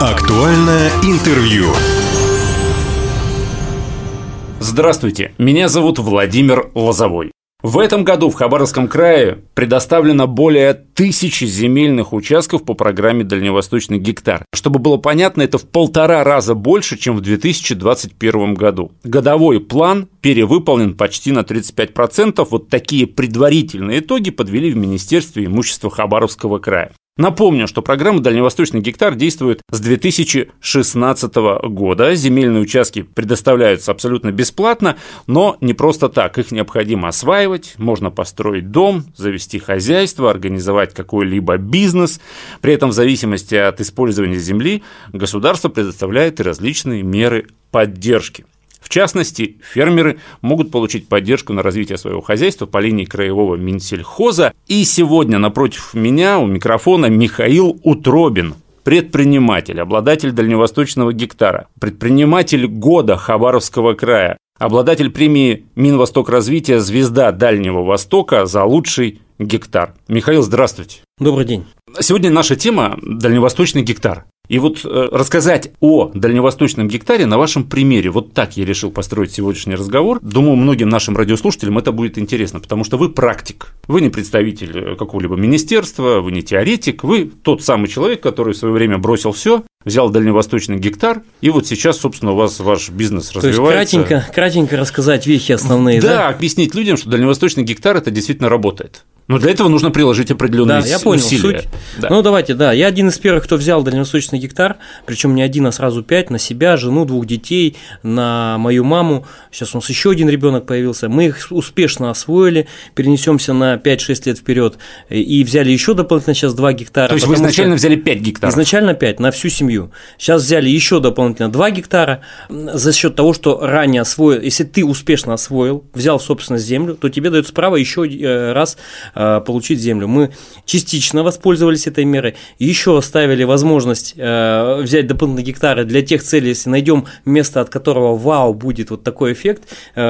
Актуальное интервью. Здравствуйте, меня зовут Владимир Лозовой. В этом году в Хабаровском крае предоставлено более 1000 земельных участков по программе «Дальневосточный гектар». Чтобы было понятно, это в 1,5 раза больше, чем в 2021 году. Годовой план перевыполнен почти на 35%. Вот такие предварительные итоги подвели в Министерстве имущества Хабаровского края. Напомню, что программа «Дальневосточный гектар» действует с 2016 года. Земельные участки предоставляются абсолютно бесплатно, но не просто так. Их необходимо осваивать, можно построить дом, завести хозяйство, организовать какой-либо бизнес. При этом в зависимости от использования земли государство предоставляет и различные меры поддержки. В частности, фермеры могут получить поддержку на развитие своего хозяйства по линии краевого Минсельхоза. И сегодня напротив меня у микрофона Михаил Утробин, предприниматель, обладатель дальневосточного гектара, предприниматель года Хабаровского края, обладатель премии Минвостокразвития «Звезда Дальнего Востока» за лучший гектар. Михаил, здравствуйте. Добрый день. Сегодня наша тема – дальневосточный гектар. И вот рассказать о дальневосточном гектаре на вашем примере, вот так я решил построить сегодняшний разговор. Думаю, многим нашим радиослушателям это будет интересно, потому что вы практик, вы не представитель какого-либо министерства, вы не теоретик, вы тот самый человек, который в свое время бросил все, взял дальневосточный гектар, и вот сейчас, собственно, у вас ваш бизнес развивается. То есть кратенько рассказать вехи основные, да? Да, объяснить людям, что дальневосточный гектар – это действительно работает. Но для этого нужно приложить определенные усилия. Да, я понял суть. Да. Ну, давайте, я один из первых, кто взял дальневосточный гектар, причем не один, а сразу 5, на себя, жену, 2 детей, на мою маму. Сейчас у нас еще один ребенок появился. Мы их успешно освоили, перенесемся на 5-6 лет вперед и взяли еще дополнительно сейчас 2 гектара. То есть вы изначально взяли 5 гектаров? Изначально 5, на всю семью. Сейчас взяли еще дополнительно 2 гектара за счет того, что ранее освоил. Если ты успешно освоил, взял в собственность землю, то тебе дается право еще раз получить землю. Мы частично воспользовались этой мерой, еще оставили возможность взять дополнительные гектары для тех целей, если найдем место, от которого вау, будет вот такой эффект,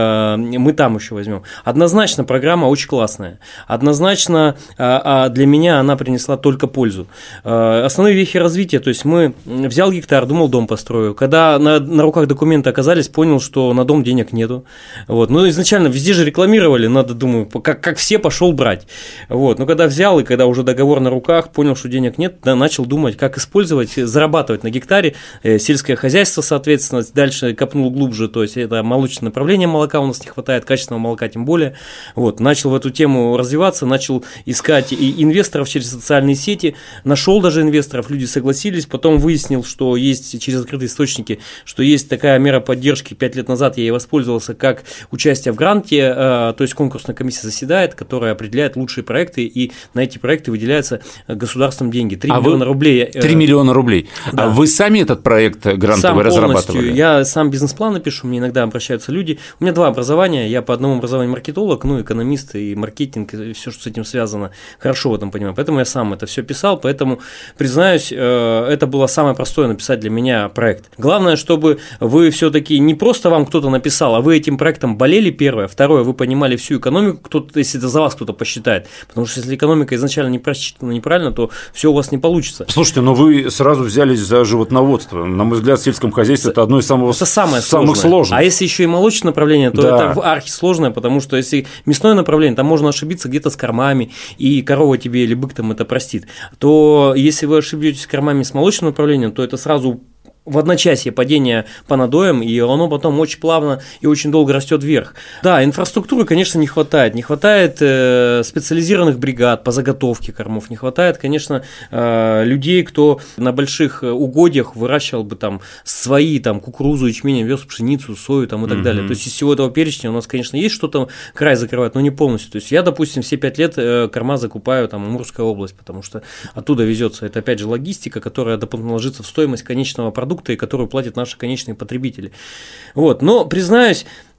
мы там еще возьмем. Однозначно программа очень классная. Однозначно для меня она принесла только пользу. Основные вехи развития, то есть мы взял гектар, думал, дом построю. Когда на руках документы оказались, понял, что на дом денег нету. Вот. Ну, изначально везде же рекламировали, надо, думаю, как все, пошел брать. Вот. Но когда взял и когда уже договор на руках, понял, что денег нет, начал думать, как использовать, зарабатывать на гектаре, сельское хозяйство, соответственно, дальше копнул глубже, то есть это молочное направление молока у нас не хватает, качественного молока тем более. Вот. Начал в эту тему развиваться, начал искать и инвесторов через социальные сети, нашел даже инвесторов, люди согласились, потом выяснил, что есть через открытые источники, что есть такая мера поддержки, 5 лет назад я ей воспользовался, как участие в гранте, то есть конкурсная комиссия заседает, которая определяет лучшие проекты, и на эти проекты выделяются государством деньги. 3 миллиона рублей. 3 миллиона рублей. Да. А вы сами этот проект грантовый разрабатывали? Я сам бизнес-план напишу, мне иногда обращаются люди. У меня 2 образования, я по одному образованию маркетолог, экономист и маркетинг, и все, что с этим связано, хорошо в этом понимаю. Поэтому я сам это все писал, поэтому, признаюсь, это было самое простое написать для меня проект. Главное, чтобы вы все-таки не просто вам кто-то написал, а вы этим проектом болели, первое. Второе, вы понимали всю экономику, если это за вас кто-то посчитает. Потому что если экономика изначально не просчитана неправильно, то все у вас не получится. Слушайте, но вы сразу взялись за животноводство. На мой взгляд, в сельском хозяйстве это одно из самых сложных. А если еще и молочное направление, то это архисложное, потому что если мясное направление, там можно ошибиться где-то с кормами, и корова тебе или бык там это простит. То если вы ошибетесь с кормами с молочным направлением, то это сразу в одночасье падение по надоям, и оно потом очень плавно и очень долго растет вверх. Да, инфраструктуры, конечно, не хватает. Не хватает специализированных бригад по заготовке кормов, не хватает, конечно, людей, кто на больших угодьях выращивал бы там свои там кукурузу, ячмень, вез пшеницу, сою там и так далее. То есть из всего этого перечня у нас, конечно, есть что-то, край закрывает, но не полностью. То есть я, допустим, все 5 лет корма закупаю там Амурская область, потому что оттуда везется. Это опять же логистика, которая дополнительно ложится в стоимость конечного продукта, и которую платят наши конечные потребители. Вот. Но, признаюсь,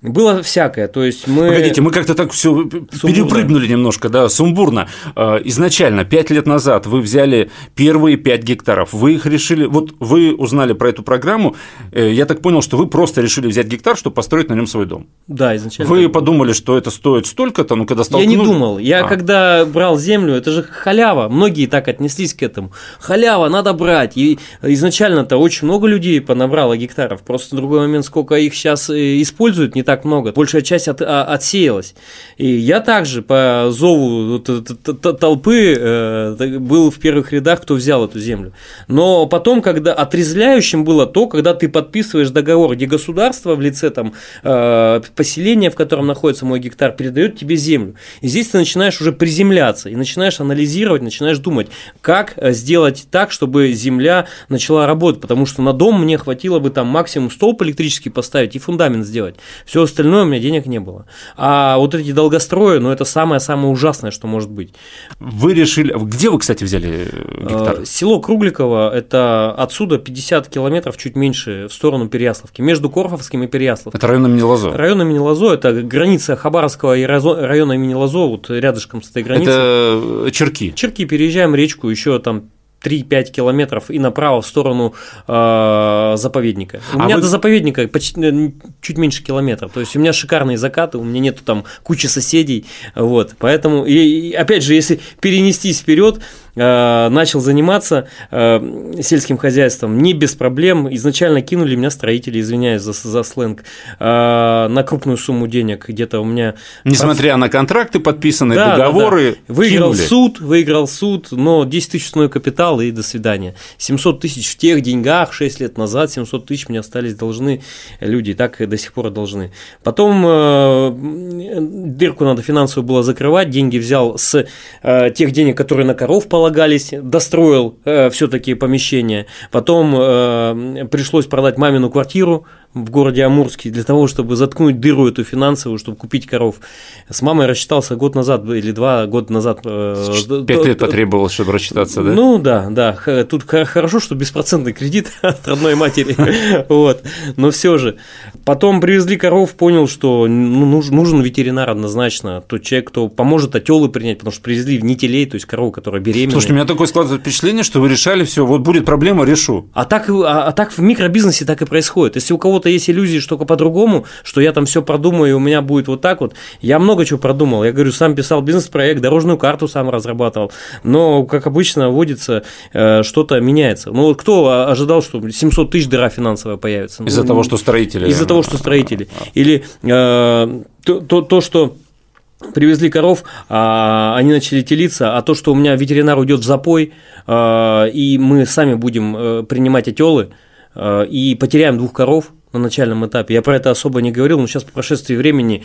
Было всякое, то есть мы… Погодите, мы как-то так все перепрыгнули немножко, да, сумбурно. Изначально, 5 лет назад вы взяли первые 5 гектаров, вы их решили, вот вы узнали про эту программу, я так понял, что вы просто решили взять гектар, чтобы построить на нем свой дом. Да, изначально. Вы подумали, что это стоит столько-то, но когда столкнулись… Я не думал, когда брал землю, это же халява, многие так отнеслись к этому. Халява, надо брать, и изначально-то очень много людей понабрало гектаров, просто другой момент, сколько их сейчас используют, не так много, большая часть отсеялась. И я также по зову толпы был в первых рядах, кто взял эту землю. Но потом, когда отрезвляющим было то, когда ты подписываешь договор, где государство в лице там, поселения, в котором находится мой гектар, передает тебе землю. И здесь ты начинаешь уже приземляться и начинаешь анализировать, начинаешь думать, как сделать так, чтобы земля начала работать, потому что на дом мне хватило бы там максимум столб электрический поставить и фундамент сделать. Все остальное у меня денег не было. А вот эти долгострои, это самое-самое ужасное, что может быть. Вы решили… Где вы, кстати, взяли гектар? Село Кругликово, это отсюда 50 километров, чуть меньше, в сторону Переяславки, между Корфовским и Переяславкой. Это район имени Лозо? Район имени Лозо, это граница Хабаровского и района имени Лозо, вот рядышком с этой границей. Это Черки? Черки, переезжаем речку, еще там 3-5 километров и направо в сторону заповедника. У меня до заповедника почти чуть меньше километра. То есть у меня шикарные закаты, у меня нету там кучи соседей. Вот. Поэтому, и опять же, если перенестись вперед, начал заниматься сельским хозяйством не без проблем. Изначально кинули меня строители, извиняюсь за сленг, на крупную сумму денег. Где-то у меня… Несмотря на контракты подписанные, договоры, да. Выиграл суд, но 10 тысяч основной капитал и до свидания. 700 тысяч в тех деньгах 6 лет назад, 700 тысяч мне остались должны люди, так и до сих пор должны. Потом дырку надо финансовую было закрывать, деньги взял с тех денег, которые на коров полагались, достроил все-таки помещение. Потом пришлось продать мамину квартиру в городе Амурске для того, чтобы заткнуть дыру эту финансовую, чтобы купить коров. С мамой рассчитался год назад или 2 года назад. 5 лет потребовалось, чтобы рассчитаться, да? Ну да. Тут хорошо, что беспроцентный кредит от родной матери. Вот. Но все же. Потом привезли коров, понял, что нужен ветеринар однозначно. Тот человек, кто поможет отелы принять, потому что привезли не телей, то есть корову, которая беременная. Слушайте, у меня такое складывается впечатление, что вы решали все, вот будет проблема, решу. А так в микробизнесе так и происходит. Если у кого-то есть иллюзии, что по-другому, что я там все продумаю, и у меня будет вот так вот. Я много чего продумал. Я говорю, сам писал бизнес-проект, дорожную карту сам разрабатывал. Но, как обычно, водится, что-то меняется. Ну, вот кто ожидал, что 700 тысяч дыра финансовая появится? Из-за того, что строители. Из-за того, что строители. Или то, что привезли коров, они начали телиться, а то, что у меня ветеринар уйдет в запой, и мы сами будем принимать отелы, и потеряем 2 коров на начальном этапе. Я про это особо не говорил, но сейчас по прошествии времени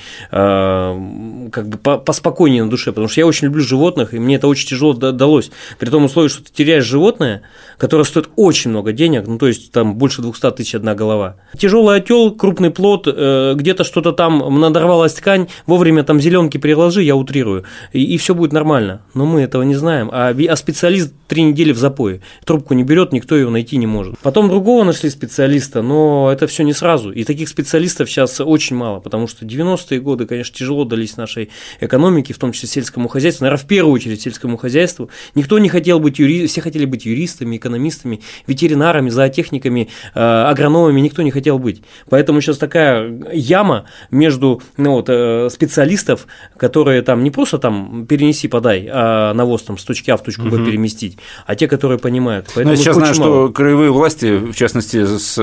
как бы поспокойнее на душе, потому что я очень люблю животных, и мне это очень тяжело далось. При том условии, что ты теряешь животное, которое стоит очень много денег, то есть там больше 200 тысяч одна голова. Тяжелый отел, крупный плод, где-то что-то там надорвалась ткань, вовремя там зеленки приложи, я утрирую, и все будет нормально. Но мы этого не знаем. А специалист 3 недели в запое, трубку не берет, никто его найти не может. Потом другого нашли специалиста, но это все не сразу. И таких специалистов сейчас очень мало, потому что 90-е годы, конечно, тяжело дались нашей экономике, в том числе сельскому хозяйству, наверное, в первую очередь сельскому хозяйству. Никто не хотел быть все хотели быть юристами, экономистами, ветеринарами, зоотехниками, агрономами, никто не хотел быть. Поэтому сейчас такая яма между специалистов, которые там не просто там перенеси, подай, а навоз там с точки А в точку Б переместить, а те, которые понимают. Но я сейчас знаю, что краевые власти, в частности,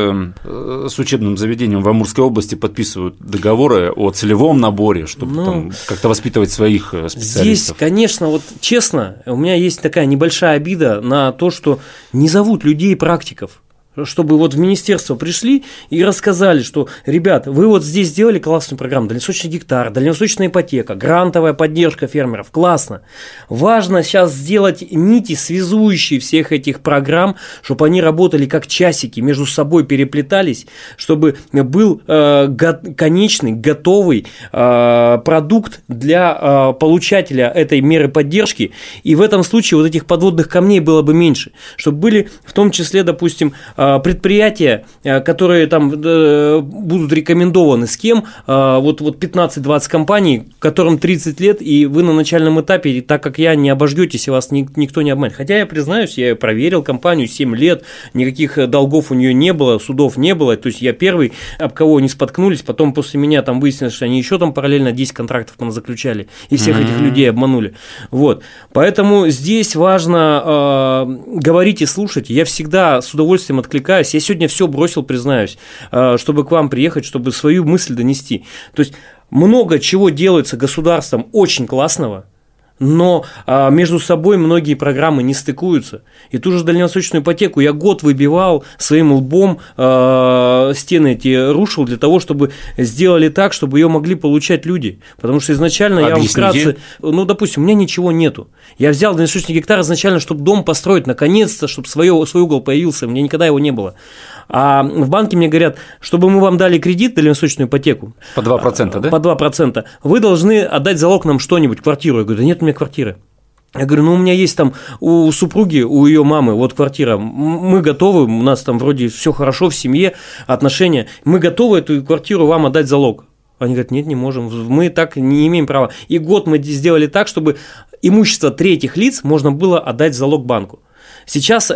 с учебным заведением в Амурской области подписывают договоры о целевом наборе, чтобы там как-то воспитывать своих специалистов. Здесь, конечно, вот честно, у меня есть такая небольшая обида на то, что не зовут людей-практиков. Чтобы вот в министерство пришли и рассказали, что, ребят, вы вот здесь сделали классную программу, дальневосточный гектар, дальневосточная ипотека, грантовая поддержка фермеров, классно. Важно сейчас сделать нити, связующие всех этих программ, чтобы они работали как часики, между собой переплетались, чтобы был конечный, готовый продукт для получателя этой меры поддержки, и в этом случае вот этих подводных камней было бы меньше, чтобы были в том числе, допустим, предприятия, которые там будут рекомендованы с кем, вот 15-20 компаний, которым 30 лет, и вы на начальном этапе, и так как я, не обожгетесь, и вас никто не обманет. Хотя я признаюсь, я проверил компанию 7 лет, никаких долгов у нее не было, судов не было, то есть я первый, об кого не споткнулись, потом после меня там выяснилось, что они еще там параллельно 10 контрактов заключали, и всех этих людей обманули. Вот. Поэтому здесь важно говорить и слушать. Я всегда с удовольствием откликаюсь. Я сегодня все бросил, признаюсь, чтобы к вам приехать, чтобы свою мысль донести. То есть много чего делается государством очень классного, но между собой многие программы не стыкуются. И ту же дальневосточную ипотеку я год выбивал своим лбом, стены эти рушил для того, чтобы сделали так, чтобы ее могли получать люди. Потому что изначально я вам вкратце, допустим, у меня ничего нету. Я взял дальневосточный гектар изначально, чтобы дом построить, наконец-то, чтобы свой угол появился. У меня никогда его не было. А в банке мне говорят, чтобы мы вам дали кредит, дальневосточную ипотеку. По 2%, да? По 2%. Вы должны отдать залог нам что-нибудь, квартиру. Я говорю, да нет у меня квартиры. Я говорю, у меня есть там у супруги, у ее мамы вот квартира, мы готовы, у нас там вроде все хорошо в семье, отношения, мы готовы эту квартиру вам отдать залог. Они говорят, нет, не можем, мы так не имеем права. И год мы сделали так, чтобы имущество третьих лиц можно было отдать залог банку. Сейчас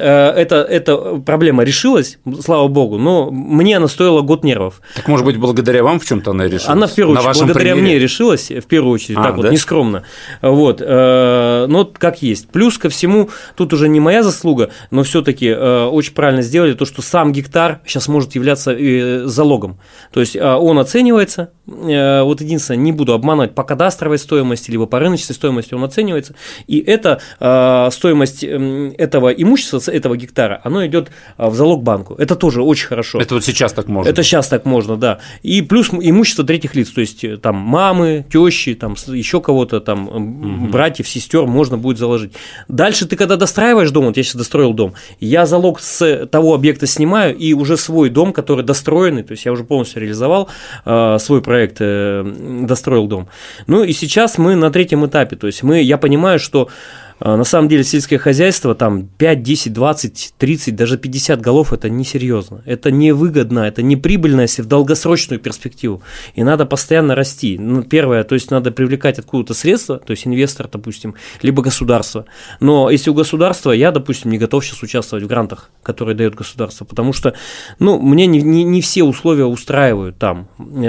эта проблема решилась, слава богу, но мне она стоила год нервов. Так, может быть, благодаря вам в чем-то она решилась? Она в первую очередь благодаря мне решилась, в первую очередь, так вот, нескромно. Вот, но как есть. Плюс ко всему, тут уже не моя заслуга, но все-таки очень правильно сделали то, что сам гектар сейчас может являться залогом. То есть он оценивается, вот единственное, не буду обманывать, по кадастровой стоимости, либо по рыночной стоимости он оценивается, и эта стоимость этого имущества, этого гектара, оно идет в залог банку. Это тоже очень хорошо. Это вот сейчас так можно? Это сейчас так можно, да. И плюс имущество третьих лиц, то есть там мамы, тещи, там еще кого-то, там братьев, сестер можно будет заложить. Дальше ты когда достраиваешь дом, вот я сейчас достроил дом, я залог с того объекта снимаю, и уже свой дом, который достроенный, то есть я уже полностью реализовал свой проект, достроил дом. Ну и сейчас мы на третьем этапе, то есть я понимаю, что на самом деле сельское хозяйство, там 5, 10, 20, 30, даже 50 голов – это несерьезно, это невыгодно, это неприбыльно, если в долгосрочную перспективу, и надо постоянно расти. Первое, то есть надо привлекать откуда-то средства, то есть инвестор, допустим, либо государство, но если у государства, я, допустим, не готов сейчас участвовать в грантах, которые дает государство, потому что, мне не все условия устраивают там.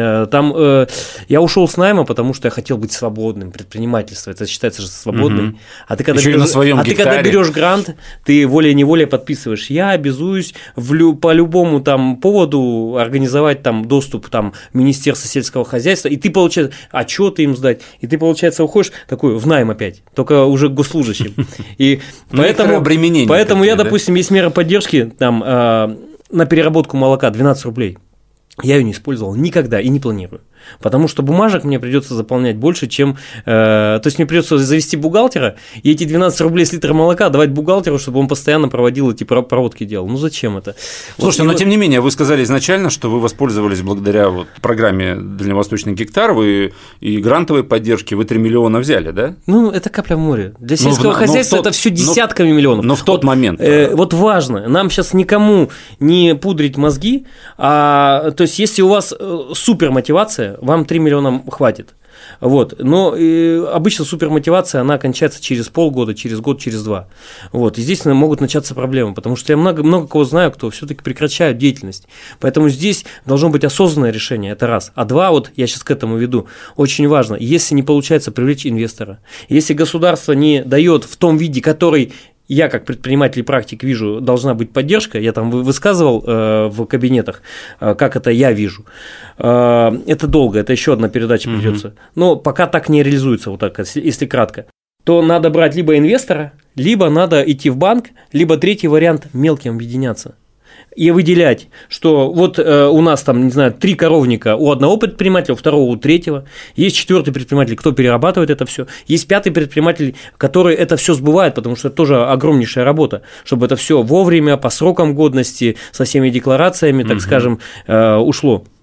Я ушел с найма, потому что я хотел быть свободным, предпринимательство, это считается же свободным, а ты когда когда берешь грант, ты волей-неволей подписываешь, я обязуюсь по любому там поводу организовать там доступ там Министерства сельского хозяйства, и ты получаешь отчеты им сдать, и ты, получается, уходишь такой в найм опять, только уже госслужащим. И поэтому я, допустим, есть мера поддержки там на переработку молока 12 рублей. Я ее не использовал никогда и не планирую. Потому что бумажек мне придется заполнять больше, чем… то есть мне придется завести бухгалтера, и эти 12 рублей с литра молока давать бухгалтеру, чтобы он постоянно проводил эти проводки, делал. Зачем это? Слушайте, но тем не менее, вы сказали изначально, что вы воспользовались благодаря программе «Дальневосточный гектар», вы и грантовой поддержки, вы 3 миллиона взяли, да? Это капля в море. Для сельского хозяйства это все десятками миллионов. Но в тот момент… Вот важно, нам сейчас никому не пудрить мозги, то есть если у вас супермотивация, вам 3 миллиона хватит. Вот. Но обычно супермотивация, она кончается через полгода, через год, через 2. Вот. И здесь могут начаться проблемы, потому что я много кого знаю, кто все-таки прекращает деятельность. Поэтому здесь должно быть осознанное решение, это раз. А 2, я сейчас к этому веду, очень важно, если не получается привлечь инвестора, если государство не дает в том виде, который я, как предприниматель и практик, вижу, должна быть поддержка. Я там высказывал в кабинетах, как это я вижу. Это долго, это еще одна передача придется. Но пока так не реализуется, вот так, если кратко. То надо брать либо инвестора, либо надо идти в банк, либо третий вариант – мелким объединяться. И выделять, что у нас там, не знаю, 3 коровника у одного предпринимателя, у второго, у третьего, есть 4-й предприниматель, кто перерабатывает это все, есть 5-й предприниматель, который это все сбывает, потому что это тоже огромнейшая работа, чтобы это все вовремя, по срокам годности, со всеми декларациями, так скажем, ушло.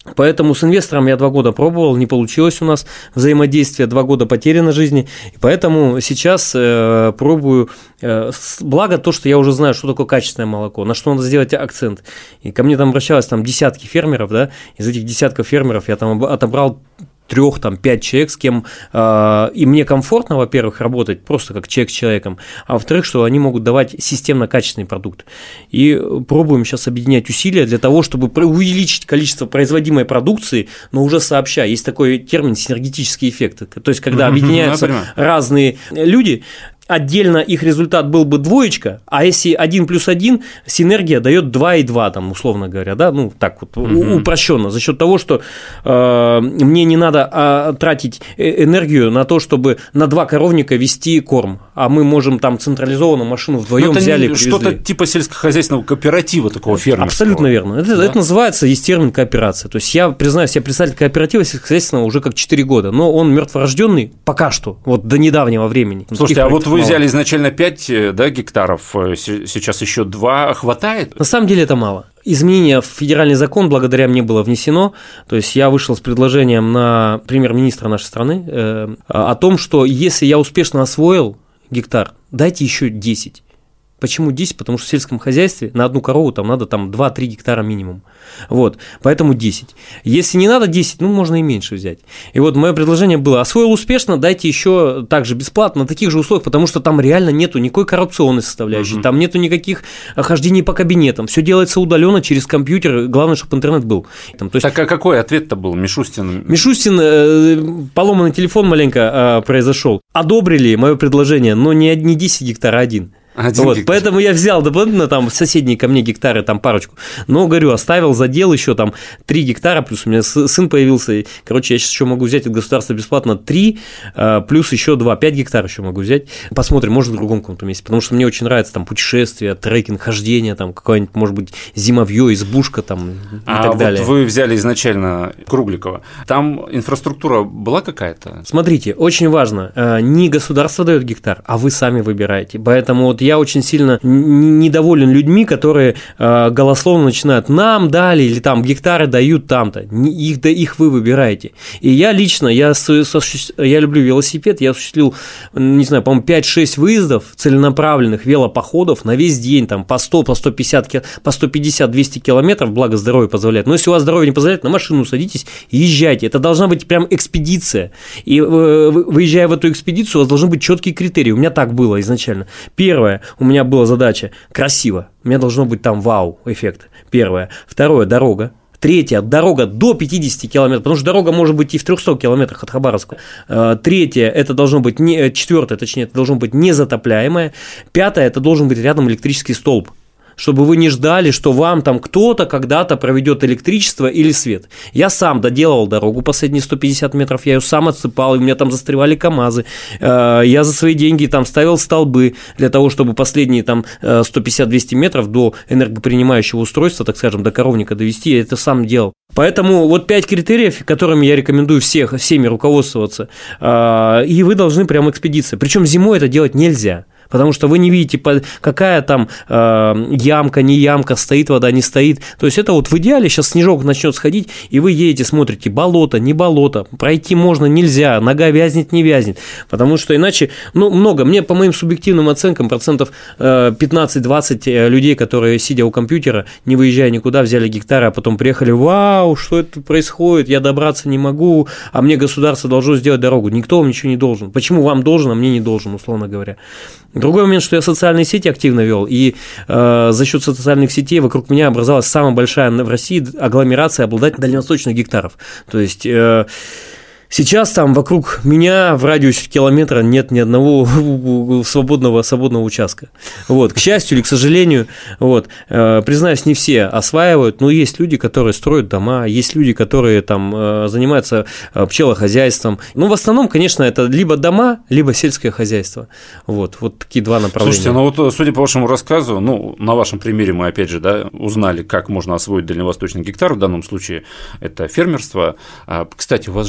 Поэтому с инвестором я 2 года пробовал, не получилось у нас взаимодействие, 2 года потеряно жизни, и поэтому сейчас пробую, благо то, что я уже знаю, что такое качественное молоко, на что надо сделать акцент. И ко мне там обращалось десятки фермеров, да, из этих десятков фермеров я там отобрал 3-5 человек, с кем и мне комфортно, во-первых, работать просто как человек с человеком, а во-вторых, что они могут давать системно качественный продукт. И пробуем сейчас объединять усилия для того, чтобы увеличить количество производимой продукции, но уже сообща. Есть такой термин синергетический эффект, то есть когда объединяются разные люди. Отдельно их результат был бы 2, а если 1 + 1, синергия дает 2 и 2, там, условно говоря, да, ну, так вот, упрощенно, за счет того, что мне не надо тратить энергию на то, чтобы на 2 коровника вести корм, а мы можем там централизованно машину вдвоем взяли и привезли. Что-то типа сельскохозяйственного кооператива такого фермерского. Абсолютно верно. Это называется, есть термин кооперация. То есть я, признаюсь, я представитель кооператива сельскохозяйственного уже как 4 года, но он мертворожденный пока что, вот до недавнего времени. Слушайте, а вот вы взяли изначально 5 гектаров, сейчас еще 2, хватает? На самом деле это мало. Изменение в федеральный закон благодаря мне было внесено, то есть я вышел с предложением на премьер-министра нашей страны о том, что если я успешно освоил гектар, дайте еще 10. Почему 10? Потому что в сельском хозяйстве на одну корову там надо 2-3 гектара минимум. Вот, поэтому 10. Если не надо 10, ну, можно и меньше взять. И вот мое предложение было: освоил успешно, дайте еще также бесплатно, на таких же условиях, потому что там реально нету никакой коррупционной составляющей, там нету никаких хождений по кабинетам, все делается удаленно через компьютер, главное, чтобы интернет был. Там, то есть... Так а какой ответ-то был, Мишустин? Мишустин, поломанный телефон маленько произошел. Одобрили мое предложение, но не 10 гектар, а 1. Вот, поэтому я взял дополнительно там соседние ко мне гектары, там парочку, но, говорю, оставил задел еще там 3 гектара, плюс у меня сын появился, и, короче, я сейчас еще могу взять от государства бесплатно 3, плюс еще 2, 5 гектар еще могу взять, посмотрим, может, в другом каком-то месте, потому что мне очень нравится там путешествия, трекинг, хождение, там какое-нибудь, может быть, зимовье, избушка там и так далее. Вот вы взяли изначально Кругликова, там инфраструктура была какая-то? Смотрите, очень важно, не государство дает гектар, а вы сами выбираете, поэтому вот я очень сильно недоволен людьми, которые голословно начинают: нам дали, или там гектары дают там-то, их вы выбираете. И я лично, я люблю велосипед, я осуществил, не знаю, по-моему, 5-6 выездов целенаправленных велопоходов на весь день, там по 100, по 150, по 150-200 километров, благо здоровье позволяет. Но если у вас здоровье не позволяет, на машину садитесь и езжайте. Это должна быть прям экспедиция. И выезжая в эту экспедицию, у вас должны быть четкие критерии. У меня так было изначально. Первое, у меня была задача красиво, у меня должно быть там вау-эффект, первое. Второе, дорога. Третье, дорога до 50 километров, потому что дорога может быть и в 300 километрах от Хабаровска. Третье, это должно быть, четвертое, точнее, это должно быть незатопляемое. Пятое, это должен быть рядом электрический столб, чтобы вы не ждали, что вам там кто-то когда-то проведет электричество или свет. Я сам доделывал дорогу последние 150 метров, я ее сам отсыпал, и у меня там застревали КАМАЗы. Я за свои деньги там ставил столбы для того, чтобы последние там 150-200 метров до энергопринимающего устройства, так скажем, до коровника довести, я это сам делал. Поэтому вот 5 критериев, которыми я рекомендую всеми руководствоваться, и вы должны прям экспедиция. Причем зимой это делать нельзя. Потому что вы не видите, какая там ямка, не ямка, стоит вода, не стоит. То есть это вот в идеале сейчас снежок начнет сходить, и вы едете, смотрите, болото, не болото, пройти можно, нельзя, нога вязнет, не вязнет. Потому что иначе, много, мне по моим субъективным оценкам, 15-20% людей, которые, сидя у компьютера, не выезжая никуда, взяли гектары, а потом приехали: вау, что это происходит, я добраться не могу, а мне государство должно сделать дорогу. Никто вам ничего не должен. Почему вам должен, а мне не должен, условно говоря. Другой момент, что я социальные сети активно вел, и за счет социальных сетей вокруг меня образовалась самая большая в России агломерация обладателей дальневосточных гектаров. То есть сейчас там вокруг меня в радиусе километра нет ни одного свободного участка. Вот. К счастью или к сожалению, признаюсь, не все осваивают, но есть люди, которые строят дома, есть люди, которые там занимаются пчелохозяйством. Ну, в основном, конечно, это либо дома, либо сельское хозяйство. Вот такие два направления. Слушайте, ну вот судя по вашему рассказу, на вашем примере мы опять же узнали, как можно освоить дальневосточный гектар, в данном случае это фермерство. Кстати, у вас же там и пожарные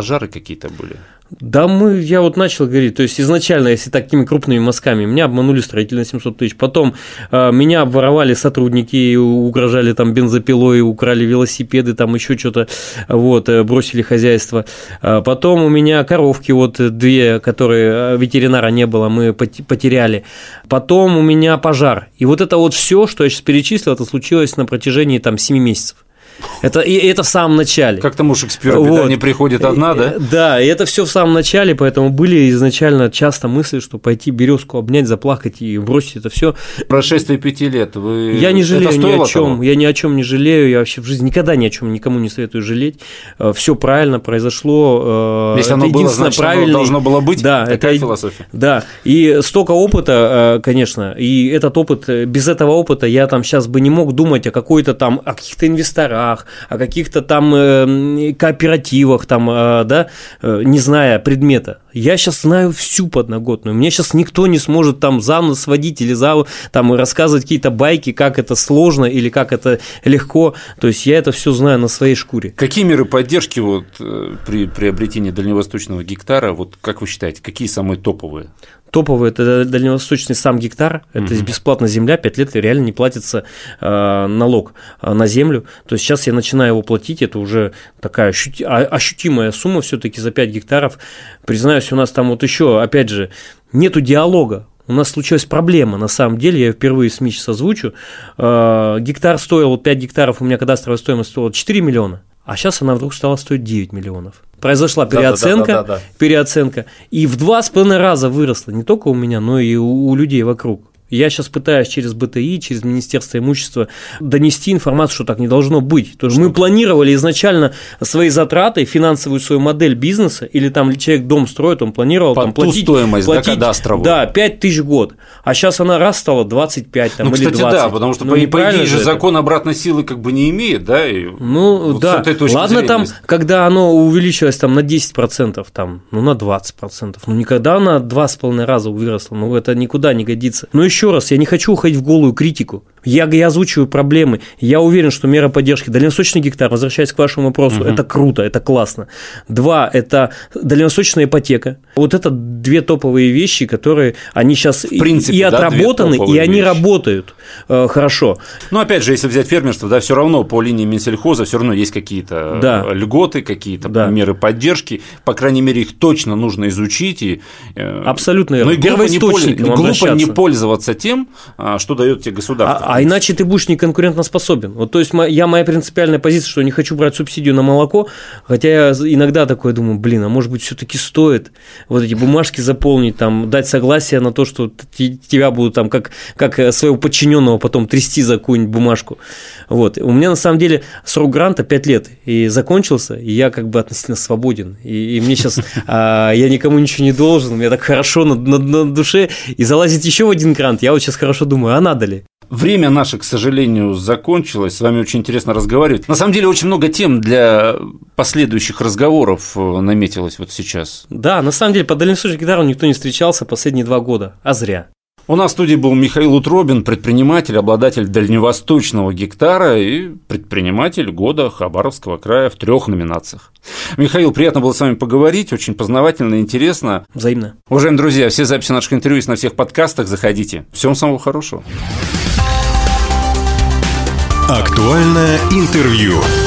пожары какие-то были? Да, я вот начал говорить, то есть изначально, если такими крупными мазками, меня обманули строители на 700 тысяч, потом меня обворовали сотрудники, угрожали там бензопилой, украли велосипеды, там еще что-то, вот, бросили хозяйство. Потом у меня коровки, вот 2, которые ветеринара не было, мы потеряли. Потом у меня пожар. И вот это вот все, что я сейчас перечислил, это случилось на протяжении там 7 месяцев. Это в самом начале. Как там уж эксперт, беда не приходит одна, да? Да, и это все в самом начале, поэтому были изначально часто мысли, что пойти березку обнять, заплакать и бросить это все. Прошествие 5 лет, я не жалею ни о чем, я ни о чем не жалею, я вообще в жизни никогда ни о чем никому не советую жалеть. Все правильно произошло. Если оно было, значит, оно должно было быть. Да, такая философия. Да, и столько опыта, конечно, и этот опыт, без этого опыта я там сейчас бы не мог думать о каких-то инвесторах, о каких-то там кооперативах, там, да, не зная предмета. Я сейчас знаю всю подноготную. Мне сейчас никто не сможет там за нос водить или там рассказывать какие-то байки, как это сложно или как это легко. То есть я это все знаю на своей шкуре. Какие меры поддержки вот при приобретении дальневосточного гектара, вот как вы считаете, какие самые топовые? Топовый – это дальневосточный сам гектар, это бесплатно земля, 5 лет реально не платится налог на землю. То есть сейчас я начинаю его платить, это уже такая ощутимая сумма все-таки за 5 гектаров. Признаюсь, у нас там вот еще, опять же, нету диалога. У нас случилась проблема, на самом деле, я впервые в СМИ сейчас озвучу. Гектар стоил, 5 гектаров у меня кадастровая стоимость стоила 4 миллиона. А сейчас она вдруг стала стоить 9 миллионов. Произошла переоценка, и в 2,5 раза выросла не только у меня, но и у людей вокруг. Я сейчас пытаюсь через БТИ, через Министерство имущества донести информацию, что так не должно быть. То есть мы планировали изначально свои затраты, финансовую свою модель бизнеса, или там человек дом строит, он планировал под там, платить стоимость, кадастровую. Да, 5 тысяч в год. А сейчас она раз стала 25 там, или 20. Да, потому что по идее же закон обратной силы как бы не имеет, да? И вот да, ладно там, когда оно увеличилось там на 10%, там, на 20%, никогда она 2,5 раза выросла, это никуда не годится. Но еще раз, я не хочу уходить в голую критику. Я озвучиваю проблемы. Я уверен, что мера поддержки. Дальневосточный гектар, возвращаясь к вашему вопросу, это круто, это классно. 2 – это дальневосточная ипотека. Вот это 2 топовые вещи, которые они сейчас в принципе, и отработаны, и они работают хорошо. Но опять же, если взять фермерство, да, все равно по линии Минсельхоза все равно есть какие-то льготы, какие-то меры поддержки. По крайней мере, их точно нужно изучить. Абсолютно верно. Глупо не пользоваться тем, что дает тебе государство. А иначе ты будешь неконкурентоспособен. Вот, то есть моя принципиальная позиция, что не хочу брать субсидию на молоко, хотя я иногда такое думаю, а может быть, все-таки стоит вот эти бумажки заполнить, там, дать согласие на то, что тебя будут там как своего подчиненного потом трясти за какую-нибудь бумажку. Вот. У меня на самом деле срок гранта 5 лет и закончился, и я как бы относительно свободен. И мне сейчас я никому ничего не должен, у меня так хорошо на душе, и залазить еще в один грант, я вот сейчас хорошо думаю, а надо ли? Время наше, к сожалению, закончилось. С вами очень интересно разговаривать. На самом деле, очень много тем для последующих разговоров наметилось вот сейчас. Да, на самом деле, по дальневосточному гектару никто не встречался последние 2 года, а зря. У нас в студии был Михаил Утробин, предприниматель, обладатель дальневосточного гектара и предприниматель года Хабаровского края в 3 номинациях. Михаил, приятно было с вами поговорить, очень познавательно и интересно. Взаимно. Уважаемые друзья, все записи наших интервью есть на всех подкастах, заходите. Всем самого хорошего. Актуальное интервью.